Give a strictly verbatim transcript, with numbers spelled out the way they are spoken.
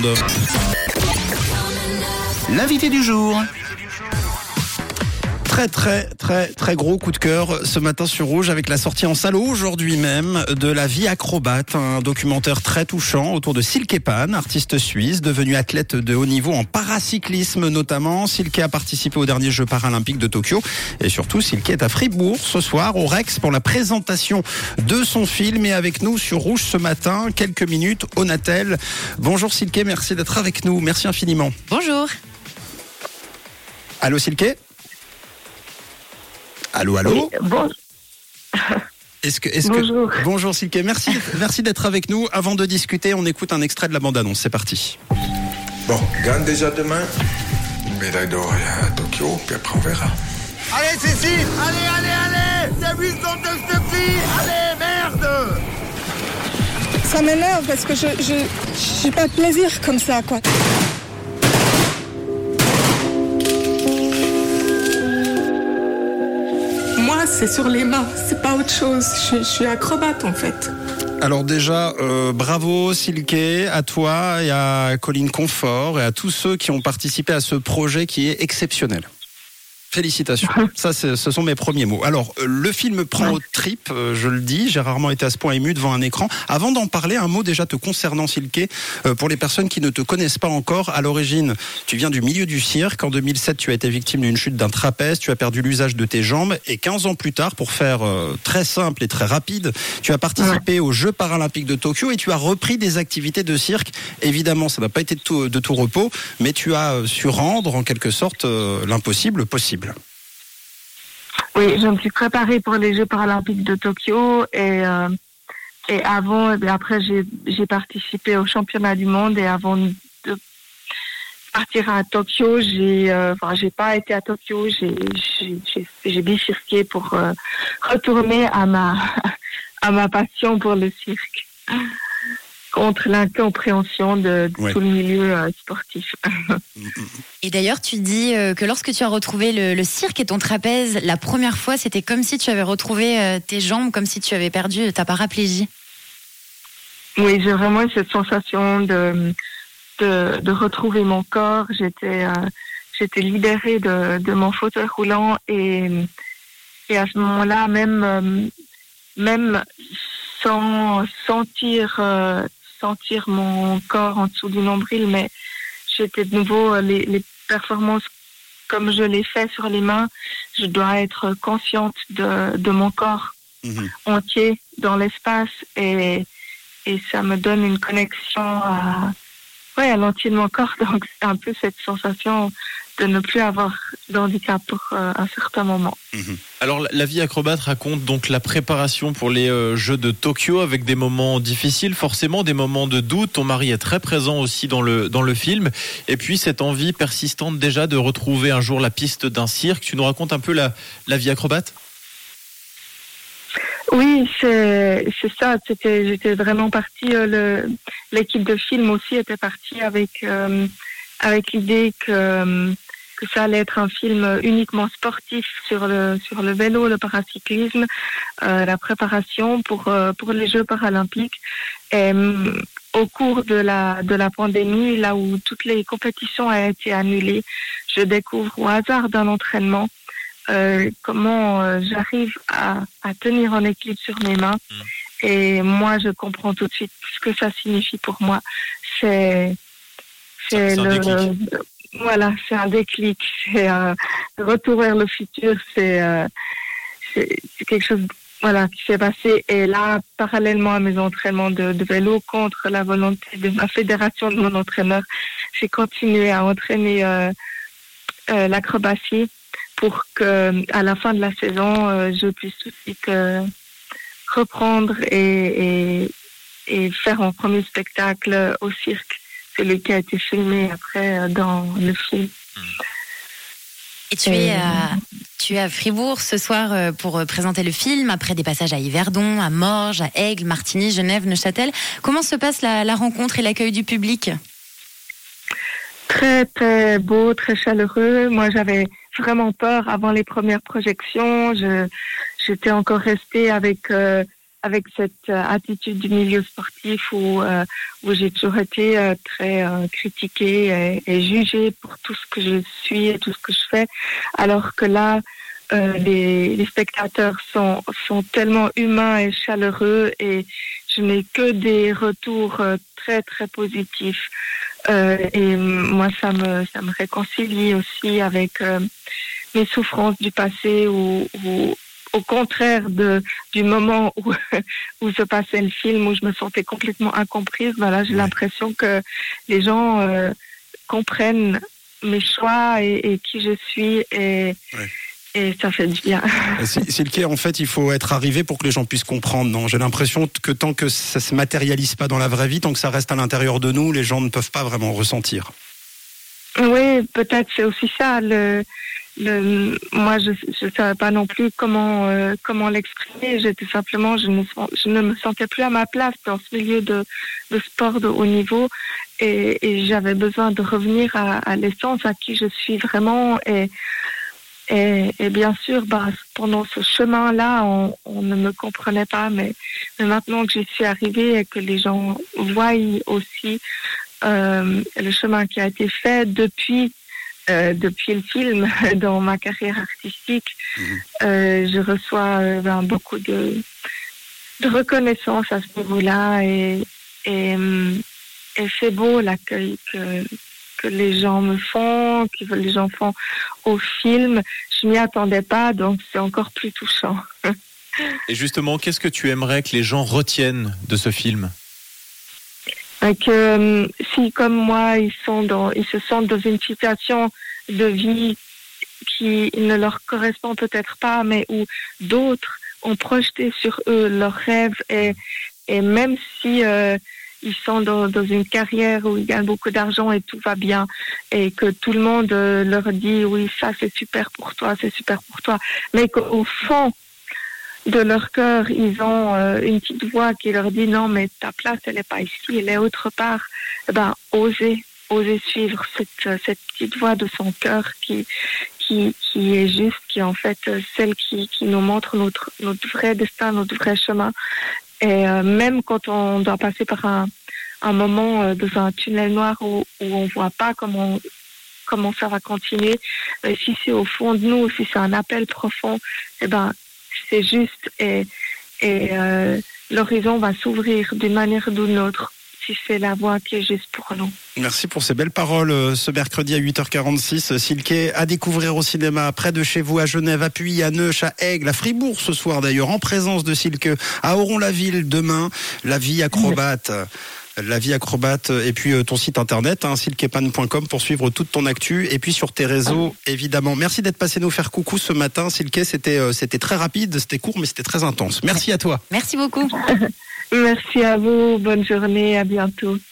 monde. L'invité du jour. Très très très très gros coup de cœur ce matin sur Rouge avec la sortie en salle aujourd'hui même de La vie acrobate, un documentaire très touchant autour de Silke Pan, artiste suisse devenue athlète de haut niveau en paracyclisme notamment. Silke a participé aux derniers Jeux paralympiques de Tokyo et surtout Silke est à Fribourg ce soir au Rex pour la présentation de son film et avec nous sur Rouge ce matin, quelques minutes au Natel. Bonjour Silke, merci d'être avec nous, merci infiniment. Bonjour. Allô Silke ? Allô, allô. Oui, bon. Est-ce que, est-ce Bonjour. Que... Bonjour Silke, merci, merci d'être avec nous. Avant de discuter, on écoute un extrait de la bande-annonce. C'est parti. Bon, gagne déjà demain. Une médaille d'or à Tokyo, puis après on verra. Allez Cécile, allez, allez, allez. C'est huit cents de cette fille. Allez, merde. Ça m'énerve parce que je, je, j'ai pas de plaisir comme ça, quoi. Moi, c'est sur les mains, c'est pas autre chose. Je, je suis acrobate en fait. Alors déjà, euh, bravo Silke, à toi et à Colline Confort et à tous ceux qui ont participé à ce projet qui est exceptionnel. Félicitations. Ça, c'est, ce sont mes premiers mots. Alors, euh, le film prend aux tripes, euh, je le dis. J'ai rarement été à ce point ému devant un écran. Avant d'en parler, un mot déjà te concernant, Silke. Euh, pour les personnes qui ne te connaissent pas encore, à l'origine, tu viens du milieu du cirque. En deux mille sept, tu as été victime d'une chute d'un trapèze. Tu as perdu l'usage de tes jambes. Et quinze ans plus tard, pour faire euh, très simple et très rapide, tu as participé aux Jeux paralympiques de Tokyo et tu as repris des activités de cirque. Évidemment, ça n'a pas été de tout, de tout repos, mais tu as su rendre en quelque sorte euh, l'impossible possible. Oui, je me suis préparée pour les Jeux paralympiques de Tokyo et, euh, et avant, et après j'ai, j'ai participé au championnat du monde et avant de partir à Tokyo, j'ai, euh, enfin, j'ai pas été à Tokyo, j'ai, j'ai, j'ai, j'ai bifurqué pour euh, retourner à ma, à ma passion pour le cirque. Contre l'incompréhension de, de ouais. tout le milieu euh, sportif. Et d'ailleurs, tu dis euh, que lorsque tu as retrouvé le, le cirque et ton trapèze, la première fois, c'était comme si tu avais retrouvé euh, tes jambes, comme si tu avais perdu ta paraplégie. Oui, j'ai vraiment eu cette sensation de, de, de retrouver mon corps. J'étais, euh, j'étais libérée de, de mon fauteuil roulant et, et à ce moment-là, même, euh, même sans sentir... Euh, sentir mon corps en dessous du nombril, mais j'étais de nouveau les, les performances comme je l'ai fait sur les mains, je dois être consciente de, de mon corps mmh. entier dans l'espace et, et ça me donne une connexion à, ouais, à l'entier de mon corps, donc c'est un peu cette sensation de ne plus avoir d'handicap pour euh, un certain moment. Mmh. Alors, La vie acrobate raconte donc la préparation pour les euh, Jeux de Tokyo avec des moments difficiles, forcément des moments de doute. Ton mari est très présent aussi dans le, dans le film. Et puis, cette envie persistante déjà de retrouver un jour la piste d'un cirque. Tu nous racontes un peu la, la vie acrobate ? Oui, c'est, c'est ça. C'était, j'étais vraiment partie. Euh, le, l'équipe de film aussi était partie avec... Euh, avec l'idée que, que ça allait être un film uniquement sportif sur le, sur le vélo, le paracyclisme, euh, la préparation pour, euh, pour les Jeux paralympiques. Et euh, au cours de la, de la pandémie, là où toutes les compétitions ont été annulées, je découvre au hasard d'un entraînement euh, comment euh, j'arrive à, à tenir en équilibre sur mes mains. Mmh. Et moi, je comprends tout de suite ce que ça signifie pour moi. C'est... C'est, c'est le, voilà, c'est un déclic, c'est un retour vers le futur, c'est, euh, c'est, c'est quelque chose, voilà, qui s'est passé. Et là, parallèlement à mes entraînements de, de vélo, contre la volonté de ma fédération, de mon entraîneur, j'ai continué à entraîner euh, euh, l'acrobatie pour que, à la fin de la saison, euh, je puisse aussi que reprendre et, et, et faire mon premier spectacle au cirque. Celui qui a été filmé après dans le film. Et tu es, à, tu es à Fribourg ce soir pour présenter le film, après des passages à Yverdon, à Morges, à Aigle, Martigny, Genève, Neuchâtel. Comment se passe la, la rencontre et l'accueil du public ? Très, très beau, très chaleureux. Moi, j'avais vraiment peur avant les premières projections. Je, j'étais encore restée avec... Euh, avec cette euh, attitude du milieu sportif où, euh, où j'ai toujours été euh, très euh, critiquée et, et jugée pour tout ce que je suis et tout ce que je fais, alors que là, euh, les, les spectateurs sont, sont tellement humains et chaleureux et je n'ai que des retours euh, très très positifs. Euh, et moi, ça me, ça me réconcilie aussi avec euh, mes souffrances du passé ou, ou au contraire de, du moment où, où se passait le film, où je me sentais complètement incomprise. Voilà, j'ai ouais. l'impression que les gens euh, comprennent mes choix et, et qui je suis et, ouais. et ça fait du bien. Silke, en fait, il faut être arrivé pour que les gens puissent comprendre. Non, j'ai l'impression que tant que ça se matérialise pas dans la vraie vie, tant que ça reste à l'intérieur de nous, les gens ne peuvent pas vraiment ressentir. Oui, peut-être c'est aussi ça. Le, le, moi, je ne savais pas non plus comment euh, comment l'exprimer. J'étais simplement, je ne, je ne me sentais plus à ma place dans ce milieu de, de sport de haut niveau, et, et j'avais besoin de revenir à, à l'essence, à qui je suis vraiment. Et, et, et bien sûr, bah, pendant ce chemin-là, on, on ne me comprenait pas, mais, mais maintenant que j'y suis arrivée et que les gens voient aussi euh, le chemin qui a été fait depuis Euh, depuis le film, dans ma carrière artistique, mmh. euh, je reçois euh, ben, beaucoup de, de reconnaissance à ce niveau-là et, et, et c'est beau l'accueil que, que les gens me font, que les gens font au film. Je m'y attendais pas, donc c'est encore plus touchant. Et justement, qu'est-ce que tu aimerais que les gens retiennent de ce film ? Que euh, si comme moi ils sont dans, ils se sentent dans une situation de vie qui ne leur correspond peut-être pas, mais où d'autres ont projeté sur eux leurs rêves et et même si euh, ils sont dans, dans une carrière où ils gagnent beaucoup d'argent et tout va bien et que tout le monde euh, leur dit oui ça c'est super pour toi, c'est super pour toi, mais qu'au fond de leur cœur, ils ont euh, une petite voix qui leur dit non, mais ta place, elle n'est pas ici, elle est autre part. Eh ben, oser, oser suivre cette, cette petite voix de son cœur qui, qui, qui est juste, qui est en fait celle qui, qui nous montre notre, notre vrai destin, notre vrai chemin. Et euh, même quand on doit passer par un, un moment euh, dans un tunnel noir où, où on voit pas comment, comment ça va continuer, euh, si c'est au fond de nous, si c'est un appel profond, eh ben, c'est juste et, et euh, l'horizon va s'ouvrir d'une manière ou d'une autre si c'est la voie qui est juste pour nous. Merci pour ces belles paroles. Ce mercredi à huit heures quarante-six, Silke à découvrir au cinéma près de chez vous, à Genève, à Puy, à Neuch, à Aigle, à Fribourg ce soir d'ailleurs, en présence de Silke, à Oron-la-Ville demain, La vie acrobate. La vie acrobate, et puis euh, ton site internet, hein, silkepan point com pour suivre toute ton actu, et puis sur tes réseaux, évidemment. Merci d'être passé nous faire coucou ce matin, Silke. C'était, euh, c'était très rapide, c'était court, mais c'était très intense. Merci à toi. Merci beaucoup. Merci à vous. Bonne journée. À bientôt.